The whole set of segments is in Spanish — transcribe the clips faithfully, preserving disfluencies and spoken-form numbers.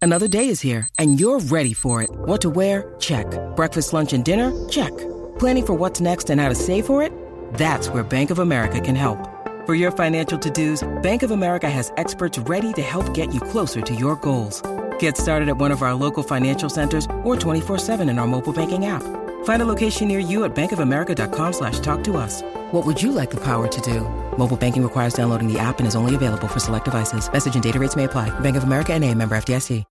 Another day is here, and you're ready for it. What to wear? Check. Breakfast, lunch, and dinner? Check. Planning for what's next and how to save for it? That's where Bank of America can help. For your financial to-dos, Bank of America has experts ready to help get you closer to your goals. Get started at one of our local financial centers or twenty-four seven in our mobile banking app. Find a location near you at bankofamerica.com slash talk to us. What would you like the power to do? Mobile banking requires downloading the app and is only available for select devices. Message and data rates may apply. Bank of America N A, member F D I C.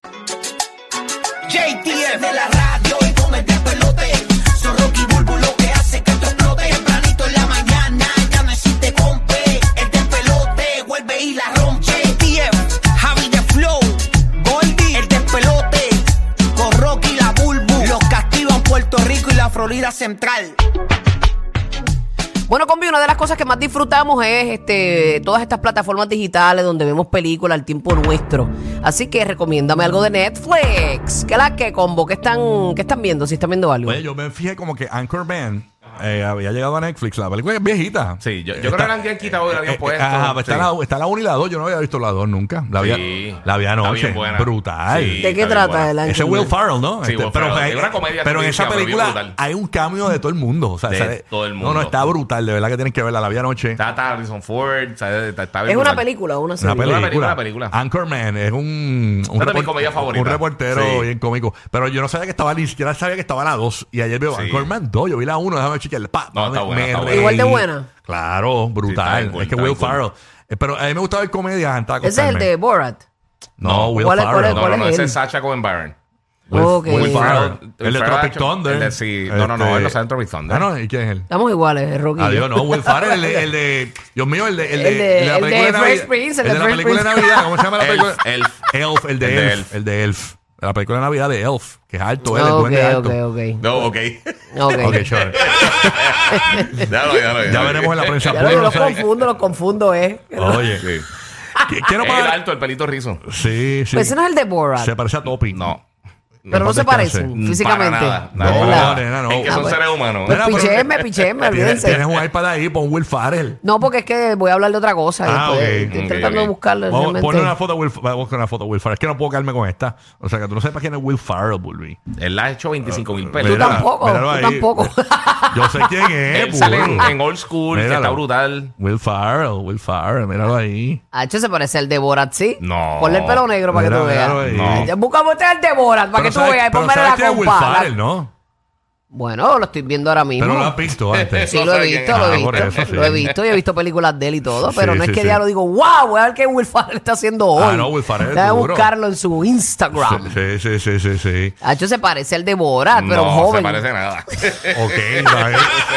J T F de la radio y con el despelote. Son Rocky Bulbo lo que hace que esto explote. Tempranito en la mañana ya no existe compe. El despelote vuelve y la rompe. J T F, Javi de Flow, Goldie, el despelote. Con Rocky y la Bulbo. Los castigan Puerto Rico y la Florida Central. Bueno, combi, una de las cosas que más disfrutamos es este, todas estas plataformas digitales donde vemos películas al tiempo nuestro. Así que recomiéndame algo de Netflix. ¿Qué la que, combo? ¿Qué están, qué están viendo? Si están viendo algo. Oye, yo me fijé como que Anchorman eh, había llegado a Netflix. La película es viejita. Sí, yo, yo creo que la habían quitado y la habían eh, puesto. Ajá, está, sí. la, está la uno y la dos. Yo no había visto la dos nunca. La había, Sí. la había Está anoche. bien buena. Brutal. Sí, ¿De qué está bien trata buena. el Ese es Will Ferrell, ¿no? Sí, Este, Will pero Ferrell. es Es una comedia pero en esa ficticia, pero bien película brutal. hay un cambio de todo el mundo. O sea, De ¿sabes? todo el No, no, mundo. está brutal. De verdad que tienen que verla. La vi anoche. Está está Harrison Ford. ¿Sabes? Está, está ¿Es bien una brutal. película o una Una serie? película. Una película, una película. Anchorman es un, un, Esa es mi report- comedia favorita. un reportero Sí. bien cómico. Pero yo no sabía que estaba, ni siquiera sabía que estaba la dos. Y ayer veo Sí. Anchorman dos. Yo vi la uno, déjame chequear. Pa, No, me- está buena, me está buena. reí. ¿Igual de buena? Claro, Sí, brutal. está bien cool, es que está Will bien cool. Ferrell. Eh, Pero a mí me gusta ver comedias antes de Ese es el acostarme. de Borat. No, Will ¿Cuál es- cuál es- Ferrell. No, cuál no, no, es ese él? es Sacha Cohen Baron. Will, Ok. Will Will Ferrell. Will El de Ferrell Tropic ha hecho- Thunder. el de- sí. No, no, no, Este- él no sale en Tropic Thunder. Ah, no, ¿y quién es él? Estamos iguales, Rocky. Adiós, no, Will Ferrell, el de, el de, Dios mío, el de, el de, El de- la el película de Navidad- Fresh Prince, el el de de la Fresh película de Prince. Navidad, ¿cómo se llama la Elf, película? Elf. Elf, el de El de Elf, Elf. el de Elf. La película de Navidad de Elf, que es alto, él, el Ok, duende alto. ok, ok. No, ok. Ok. Ok, sure. Déjalo, déjalo, Ya déjalo. veremos en la prensa. Ya lo, yo pública, los no sé. confundo, los confundo, ¿eh? Oye, Sí. ¿qui- quiero El pagar. alto, el pelito rizo. Sí, sí. Pues ese no es el de Borat. Se parece a Topi. No. Pero no se descanse. parecen físicamente. Para nada. No, ¿De verdad? nena, no. Es que Ah, son pues- seres humanos. Pues Mira, pero- pichéenme, pichéenme, Tienes, olvídense. tienes un iPad ahí, pon Will Ferrell. No, porque es que voy a hablar de otra cosa. Ah, después. ok. Estoy Ok, tratando ok. de buscarlo. Vamos, realmente. ponle una foto de Will, vamos con una foto de Will Ferrell. Es que no puedo quedarme con esta. O sea, que tú no sepas quién es Will Ferrell, Bulby. Él ha hecho veinticinco mil Tú pelos. Mira, tampoco, míralo tú ahí. tampoco. Yo sé quién es, Él sale en, Bulby. en Old School, que Míralo. está brutal. Will Ferrell, Will Ferrell, míralo ahí. Hacho se parece al de Borat, ¿sí? No. Ponle el pelo negro para Mira, que tú veas. míralo ahí. No. Ya, buscamos este al de Borat para Pero que tú sabes- veas. Y pero ponme sabes la quién es Will compa. la- Ferrell, ¿no? Bueno, lo estoy viendo ahora mismo. Pero lo has visto antes. Sí, No lo he sabe quién visto, es. lo he Ah, por visto. eso, sí. Lo he visto y he visto películas de él y todo. Pero Sí, no es sí, que sí. ya lo digo, wow, voy a ver qué Will Ferrell está haciendo hoy. Ah, no, Will Ferrell es Déjame duro. buscarlo en su Instagram. Sí, sí, sí, sí, sí. Hacho se parece al de Borat, pero no joven. se parece nada. Ok, ¿sabes?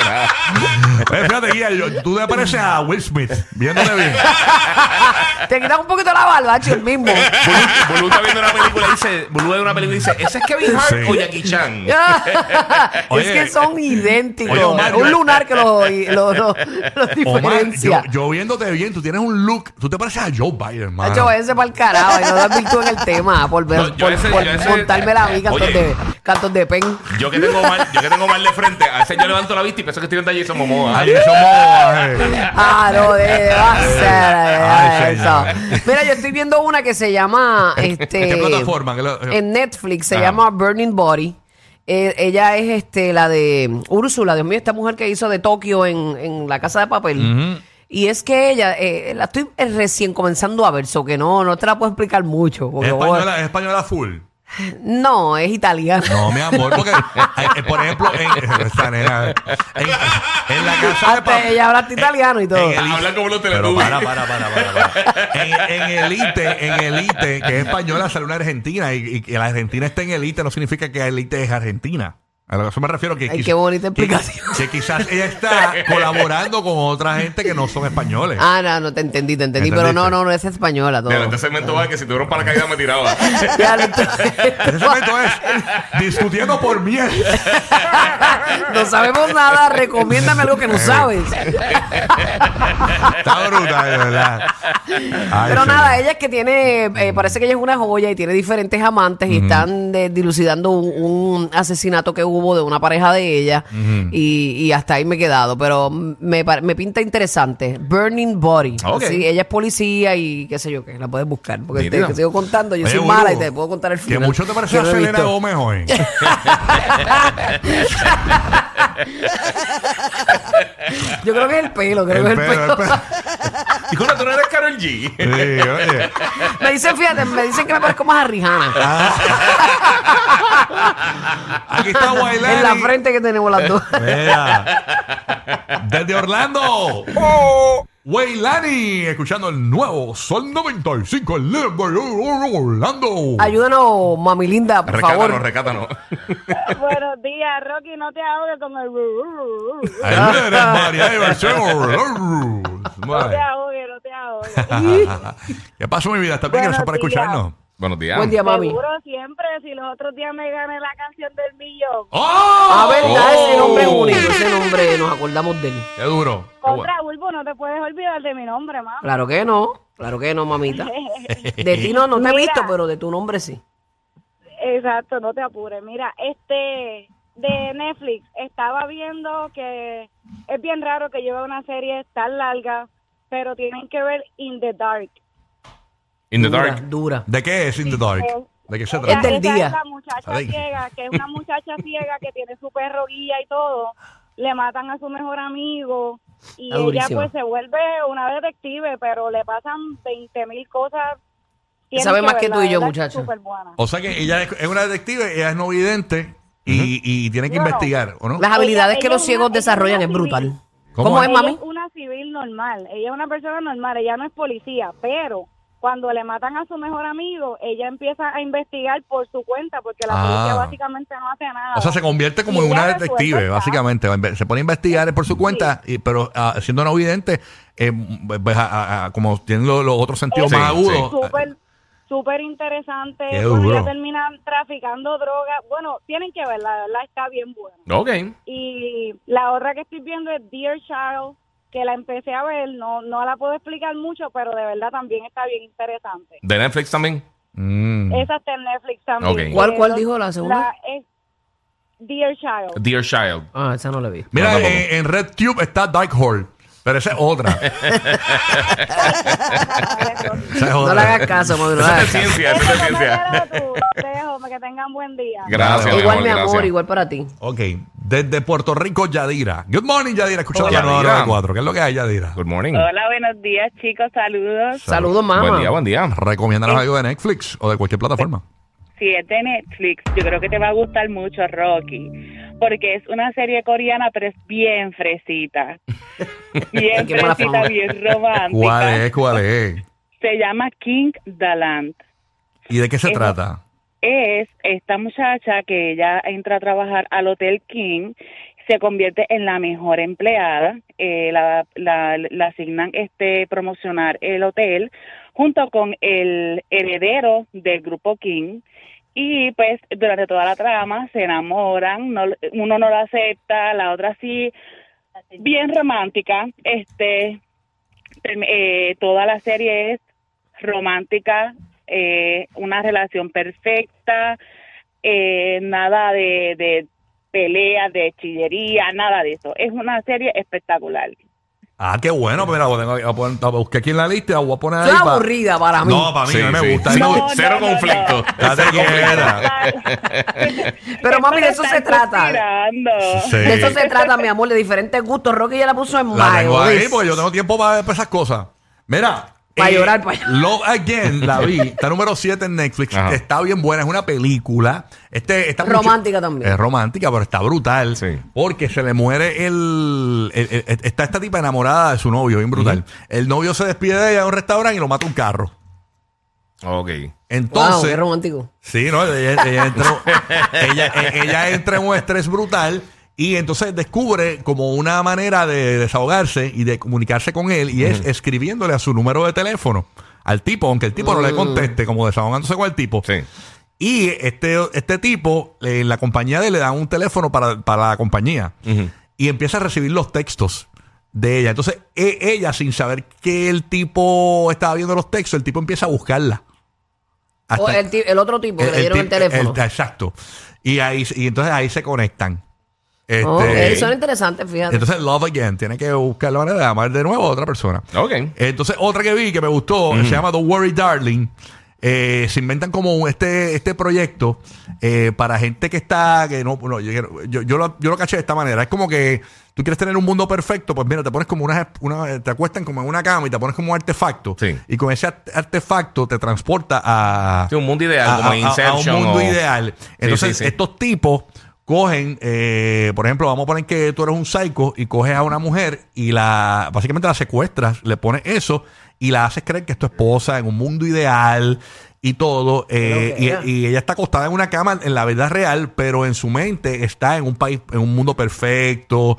Eh, fíjate, Guía, yo- tú te pareces a Will Smith, viéndole bien. Te quitas un poquito la barba, Hacho, el mismo. Bulu, Bulu está viendo una película y dice, Bulu ve una película y dice, ¿ese es Kevin Hart Sí. o Jackie Chan? es Oye, que son idénticos. oye, Omar, un yo- lunar que los lo, lo, lo Omar, diferencia. yo, yo viéndote bien, tú tienes un look, tú te pareces a Joe Biden, mano. Hacho, váyanse para el carajo y no das virtud en el tema por, ver, No, yo por, ese- por yo ese- montármela a mí cantos Oye. de, cantos de pen. Yo que tengo mal, yo que tengo mal de frente, a veces yo levanto la vista y pienso que estoy viendo a Jason Momoa. Ahí somos. eh. Ah, no, de, de va a ser Ay, eso. señor. Mira, yo estoy viendo una que se llama este ¿En qué plataforma? ¿Qué lo- en Netflix, se Ajá. llama Burning Body. Eh, ella es este la de Úrsula, Dios mío, esta mujer que hizo de Tokio en, en La Casa de Papel. Y es que ella, eh, la estoy eh, recién comenzando a ver, so que no, no te la puedo explicar mucho. ¿Es porque- española, es española full? No, es italiana. No, mi amor, porque, eh, eh, por ejemplo, en, esta nena, en, en la casa de Hasta papel. ella habla italiano y todo. en el- Hablan como los Pero Teletubbies. para, para, para, para, para. En, en Elite, en Elite, que es española, sale una argentina y, y que la Argentina está en Elite no significa que Elite es Argentina. A lo que eso me refiero que, Ay, quiz- qué bonita que- explicación. que quizás ella está colaborando con otra gente que no son españoles. Ah, no, no te entendí, te entendí. Pero no, no, no es española todo. Mira, este segmento va que si tuviera un paracaídas me tiraba. Ya, entonces- Ese momento es discutiendo por miel. no sabemos nada, recomiéndame algo que no sabes. Está brutal, de verdad. Ay, Pero señor. nada, ella es que tiene, eh, parece que ella es una joya y tiene diferentes amantes y están de- dilucidando un, un asesinato que hubo hubo de una pareja de ella y, y hasta ahí me he quedado. Pero me, pa- me pinta interesante. Burning Body. Ok. Sí, ella es policía y qué sé yo qué. La puedes buscar. Porque te, Nítido. te sigo contando. Yo Oye, soy mala Burbu, y te puedo contar el Que final. mucho te pareció Yo a no he Selena visto. Gómez hoy. Yo creo que es el pelo. Creo El que es el pelo, pelo. el pelo. Y cuando tú no eres Karol G. Sí, oye. Me dicen, fíjate, me dicen que me parezco más a Rihanna. Aquí está Wailani. En la frente que tenemos las dos. Mira. Desde Orlando. Wailani, escuchando el nuevo Sol noventa y cinco en Orlando. Ayúdanos, mami linda, por Recátanos, favor. recátanos. Buenos días, Rocky, no te ahogues con el... Ahí eres María Diversión. No te ahogues, no te ahogues. ¿Qué pasó, mi vida? ¿Estás bien? Buenos Gracias por días. escucharnos. Buenos días. Buen día, mami. Seguro siempre, si los otros días me gané la canción del millón. ¡Oh! A ver, Oh. ese nombre es único, ese nombre nos acordamos de él. ¡Qué duro! Contra Bulbo, no te puedes olvidar de mi nombre, mamá. Claro que no, claro que no, mamita. De ti no, no te he Mira. visto, pero de tu nombre sí. Exacto, no te apures. Mira, este de Netflix estaba viendo que es bien raro que lleve una serie tan larga, pero tienen que ver In the Dark. In the Dura, dark. dura. ¿De qué es In the Dark? ¿De qué se Esa- Es trata? del esa día. Es la muchacha Ay. ciega, que es una muchacha ciega que tiene su perro guía y todo. Le matan a su mejor amigo y Está ella durísima. pues se vuelve una detective, pero le pasan veinte mil cosas. Tienen Sabe más que verla, tú y yo, ¿verdad? muchacha. Súper buena. O sea que ella es es una detective, ella es no vidente y, y tiene que No, no. investigar, ¿o no? Las habilidades Ella- que ella los es ciegos una- ella es desarrollan una es brutal. civil. ¿Cómo ¿Cómo es? es, Ella mami? es una civil normal, ella es una persona normal, ella no es policía, pero cuando le matan a su mejor amigo, ella empieza a investigar por su cuenta porque la Ah. policía básicamente no hace nada. O sea, se convierte como Y en ella una resuelve detective, el caso. básicamente. Se pone a investigar por su cuenta, y, pero ah, siendo no vidente, eh, pues, a- a- a- como tienen los, los otros sentidos Sí, más sí. agudos. Súper, súper interesante. Qué Bueno, duro. ya terminan traficando droga. Bueno, tienen que verla, la verdad está bien buena. Ok. Y la otra que estoy viendo es Dear Child, que la empecé a ver, no no la puedo explicar mucho, pero de verdad también está bien interesante. De Netflix también. Mm. Esa está en Netflix también. Ok. ¿Cuál- Eh, cuál los- dijo la segunda? la- es Dear Child. Dear Child. Ah, esa no la vi. Mira, No, tampoco. en, en RedTube está Dark Hole, pero esa es otra. Esa es No otra. le hagas caso, mami, no le Esa hagas es caso. ciencia, esa es Eso, ciencia. me tú, te dejo, que tengan buen día. Gracias, Igual, mi gracias. amor, igual para ti. Ok, desde Puerto Rico, Yadira. Good morning, Yadira. Escucha Hola, la Yadira. nueva cuatro. ¿Qué es lo que hay, Yadira? Good morning. Hola, buenos días, chicos, saludos. Saludos, mamá. Buen día, buen día. Recomiéndanos algo de Netflix o de cualquier plataforma. Si es de Netflix, yo creo que te va a gustar mucho, Rocky, porque es una serie coreana, pero es bien fresita. Bien Qué mala fresita, fama. bien romántica. ¿Cuál es? ¿Cuál es? Se llama King Daland. ¿Y de qué se Es- trata? Es esta muchacha que ella entra a trabajar al Hotel King, se convierte en la mejor empleada, eh, la, la, la asignan este promocionar el hotel junto con el heredero del grupo King. Y pues durante toda la trama se enamoran, no, uno no lo acepta, la otra sí, bien romántica. Este, eh, toda la serie es romántica, eh, una relación perfecta, eh, nada de, de peleas, de chillería, nada de eso. Es una serie espectacular. Ah, qué bueno. Pues mira, lo tengo- voy a poner- la busqué aquí en la lista, la voy a poner ahí. Estoy pa- aburrida para mí. No, para mí Sí, no me sí. gusta. Sí, No, no, cero conflicto. Date quieta. Pero, mami, de eso se trata. Sí. De eso se trata, mi amor, de diferentes gustos. Rocky ya la puso en La tengo ahí mayo. porque yo tengo tiempo para, para esas cosas. Mira. Pa' llorar, pa' llorar. Love Again, la vi. Está número siete en Netflix. Ajá. Está bien buena. Es una película. Este, está mucho- Romántica también. Es romántica, pero está brutal. Sí. Porque se le muere el, el- el- Está esta tipa enamorada de su novio, bien brutal. El novio se despide de ella en un restaurante y lo mata un carro. Ok. Wow, Entonces. qué romántico. Sí, no, ella, ella entró- ella, e- ella entra en un estrés brutal y entonces descubre como una manera de desahogarse y de comunicarse con él y es escribiéndole a su número de teléfono al tipo, aunque el tipo no le conteste, como desahogándose con el tipo. Sí. Y este, este tipo, eh, en la compañía de él le dan un teléfono para, para la compañía Ujú. y empieza a recibir los textos de ella. Entonces, e- ella, sin saber que el tipo estaba viendo los textos, el tipo empieza a buscarla. O el, ti- el otro tipo que le dieron el, tip- teléfono. el- exacto. Y ahí y entonces ahí se conectan. Este, Oh, ok, son interesantes, fíjate. entonces Love Again, tiene que buscar la manera de amar de nuevo a otra persona. Ok. Entonces otra que vi que me gustó se llama Don't Worry Darling. Eh, se inventan como un- este este proyecto eh, para gente que está que no, no, yo, yo, yo lo, yo lo caché de esta manera. Es como que tú quieres tener un mundo perfecto, pues mira, te pones como una, una te acuestan como en una cama y te pones como un artefacto. Sí. Y con ese art- artefacto te transporta a, Sí, un mundo ideal, a, como a- a- Inception a un mundo o- ideal. Entonces, sí, sí. estos tipos cogen, eh, por ejemplo, vamos a poner que tú eres un psycho y coges a una mujer y la básicamente la secuestras, le pones eso y la haces creer que es tu esposa en un mundo ideal y todo. eh, Pero que y, y ella está acostada en una cama en la vida real, pero en su mente está en un país, en un mundo perfecto.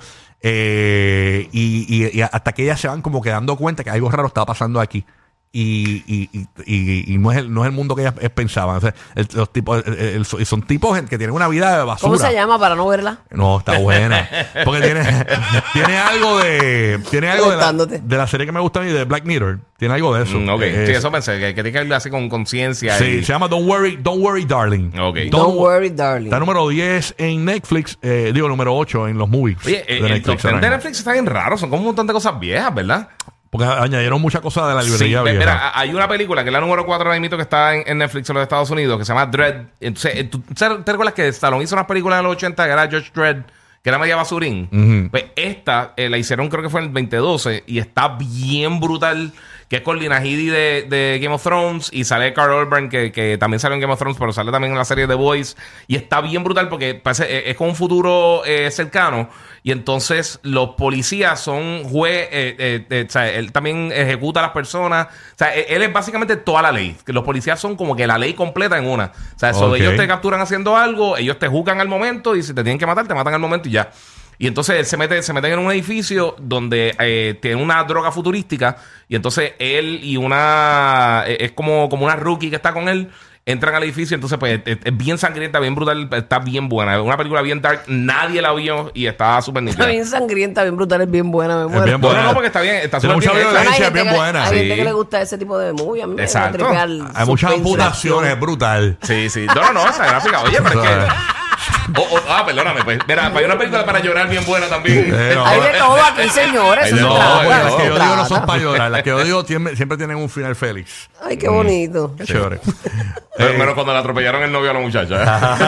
eh, y, y- y hasta que ellas se van como que dando cuenta que algo raro está pasando aquí. Y, y, y, y- y no es el, no es el mundo que ellas eh, pensaban. O sea, el- los tipos, el- el- el- son tipos que tienen una vida de basura. ¿Cómo se llama para no verla? No, está buena. Porque tiene, tiene algo de. Tiene algo de la, Molestándote. de la serie que me gusta a mí, de Black Mirror. Tiene algo de eso. Mm, ok. Eh, Sí, eso pensé, que, que tiene que ver así con conciencia. sí, y- se llama Don't Worry, Don't Worry Darling. Ok. Don't, Don't worry, darling. Está número diez en Netflix. eh, digo, número ocho en los movies. Oye, de el, el top Netflix ten ahora de mismo. Netflix está bien raro. Son como un montón de cosas viejas, ¿verdad? Porque añadieron muchas cosas de la Sí, librería ve- vieja. mira, hay una película que es la número cuatro ahora mismo que está en, en Netflix en los Estados Unidos que se llama Dredd. Entonces, eh, ¿tú te te recuerdas que Stallone hizo unas películas en los ochenta que era Judge Dredd, que era media basurín? Ujú. Pues esta eh, la hicieron creo que fue en el veinte doce y está bien brutal, que es con Lina Headey de, de Game of Thrones y sale Carl Urban, que, que también salió en Game of Thrones, pero sale también en la serie The Boys. Y está bien brutal porque parece, eh, es con un futuro eh, cercano. Y entonces los policías son juez, eh, eh, eh, o sea, él también ejecuta a las personas. O sea, él, él es básicamente toda la ley. Que los policías son como que la ley completa en una. O sea, eso Ok. ellos te capturan haciendo algo, ellos te juzgan al momento y si te tienen que matar, te matan al momento y ya. Y entonces él se mete, se mete en un edificio donde eh, tiene una droga futurística. Y entonces él y una... eh, es como, como una rookie que está con él. Entran al edificio, entonces pues es, es bien sangrienta, bien brutal, está bien buena. Es una película bien dark, nadie la vio y está súper Está nítida. bien sangrienta, bien brutal, es bien buena, me muero. bien No, buena. no, no, porque está bien, está Tiene súper mucha bien hecha. Bueno, hay violencia, gente bien que- buena. Hay Sí. gente que le gusta ese tipo de movie. A mí me Exacto. tripea el Hay muchas suspense, amputaciones, la es acción. brutal. Sí, sí. No, no, no, esa gráfica. Oye, pero es que... Oh, oh, ah, perdóname, pues. Mira, hay una película para llorar bien buena también. Eh, no. Hay de todo aquí, señores. Hay eso de se todo, trata, hay de Las eso que se yo digo no son trata. para llorar. Las que yo digo tienen- siempre tienen un final feliz. Ay, qué bonito. Qué chévere. Pero Eh, menos cuando le atropellaron el novio a la muchacha.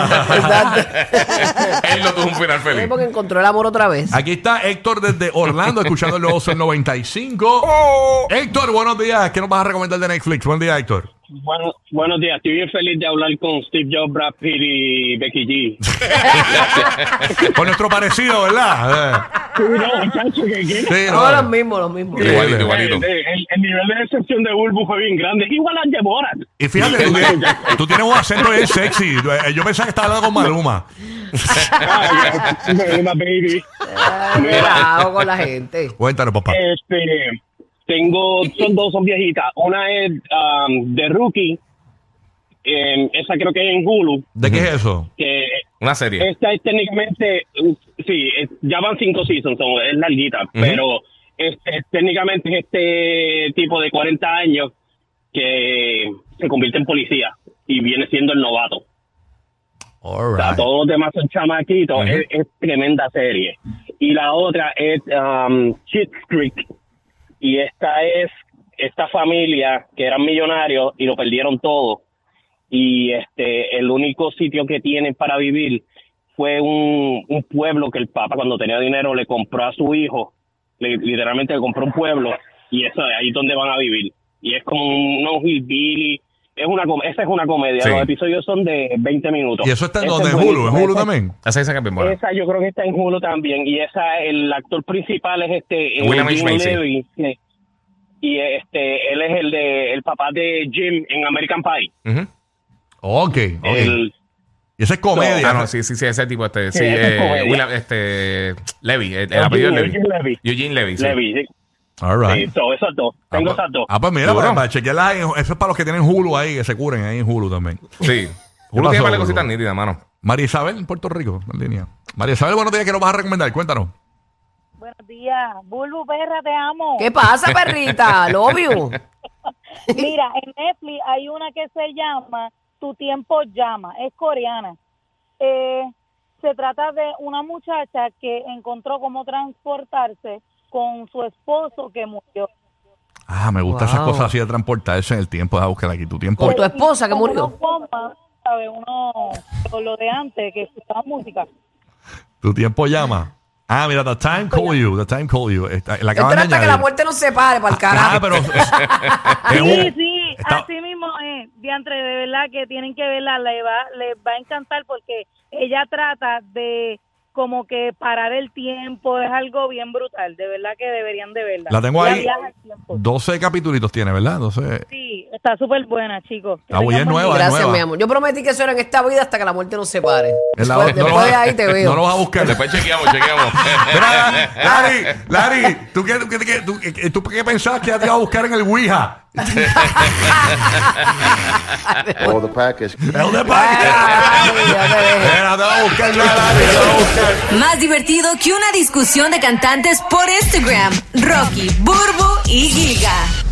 Exacto. Él no tuvo un final Es feliz. porque encontró el amor otra vez. Aquí está Héctor desde Orlando, escuchando el nuevo Sol noventa y cinco. Héctor, buenos días. ¿Qué nos vas a recomendar de Netflix? Buen día, Héctor. Bueno, buenos días. Estoy bien feliz de hablar con Steve Jobs, Brad Pitt y Becky G. Con nuestro parecido, ¿verdad? Sí, no, muchacho, que qué. Eh, sí, no. Todos los mismos, los mismos. Sí. Igualito, igualito. Eh, El, el nivel de decepción de Bulbu fue bien grande. Es igual al de Borat. Y fíjate, tú tienes, tú tienes un acento bien sexy. Eh, Yo pensaba que estaba hablando con Maluma. Ah, Maluma, baby. Ay, cuidado con la gente. Cuéntanos, papá. Este, tengo, son dos, son viejitas. Una es um, The Rookie. Eh, esa creo que es en Hulu. ¿De qué es eso? Que Una serie. esta es técnicamente, uh, sí, es- ya van cinco seasons, son- es larguita, pero este, técnicamente es este tipo de cuarenta años que se convierte en policía y viene siendo el novato. All O sea, right. todos los demás son chamaquitos, es, es tremenda serie. Y la otra es um, Schitt's Creek, y esta es esta familia que eran millonarios y lo perdieron todo. Y este el único sitio que tienen para vivir fue un, un pueblo que el papá cuando tenía dinero le compró a su hijo, le, literalmente le compró un pueblo y eso ahí es donde van a vivir. Y es como unos hillbilly, es una com- esa es una comedia, Sí. los episodios son de veinte minutos. ¿Y eso está en Esa donde? es ¿En Hulu? ¿En buenísima. Hulu Esa- también? Esa dice que es bien buena. Esa yo creo que está en Hulu también y esa el actor principal es este eh, William H. Jim Macy. Levy, sí. Y este él es el de el papá de Jim en American Pie. Ujú. Ok, ok. El, Y esa es comedia. Ah, no, sí, sí, sí, ese tipo, este, sí, Sí, ese es eh, comedia. William, este, Levy, el, el Eugene- apellido es Levy. Eugene Levy. Eugene Levy, sí. Levi, sí. All right. Sí, so, esas dos. Ah, Tengo pues- esas dos. Ah, pues mira, Seguro. para, para chequearlas ahí, eso es para los que tienen Hulu ahí, que se curen ahí en Hulu también. Sí. ¿Qué Uno pasó, tiene varias Hulu? cositas nítidas, mano. María Isabel, en Puerto Rico, en línea. María Isabel, buenos días, ¿qué nos vas a recomendar? Cuéntanos. Buenos días. Bulbu, perra, te amo. ¿Qué pasa, perrita? Love you. Mira, en Netflix hay una que se llama Tu tiempo llama, es coreana. Eh, se trata de una muchacha que encontró cómo transportarse con su esposo que murió. Ah, me gustan Wow. esas cosas así de transportarse en el tiempo. Déjame buscar aquí tu tiempo. Con tu esposa que Como murió. unos bombas, ¿sabes? Uno, con lo de antes, que escuchaba música. Tu tiempo llama. Ah, mira, The Time Call You. The Time Call You. Está- la Esto acaban era de hasta que añadir. la muerte nos separe para el carajo. Ah, pero. es Sí, un- sí, está- así mismo es. Diantre, de verdad que tienen que verla, les va, les va a encantar porque ella trata de como que parar el tiempo, es algo bien brutal, de verdad que deberían de verla. La tengo Ella ahí. viaja al tiempo. doce capítulos tiene, ¿verdad? doce. Sí, está súper buena, chicos. Que Ah, tengan bien buen nueva. día. Gracias, nueva. mi amor. Yo prometí que eso era en esta vida hasta que la muerte nos separe. En la- Después, no lo después vas- de ahí te veo. No lo vas a buscar. Después chequeamos, chequeamos. Mira, Larry, Larry, ¿tú qué, tú, qué, qué- tú, qué- tú qué pensabas que ya te iba a buscar en el Ouija? All the package. ¿Es donde Ay, ya te dejé. Mira, te va a buscar ya, Larry, te va a buscar. Más divertido que una discusión de cantantes por Instagram. Rocky, Burbu y Giga.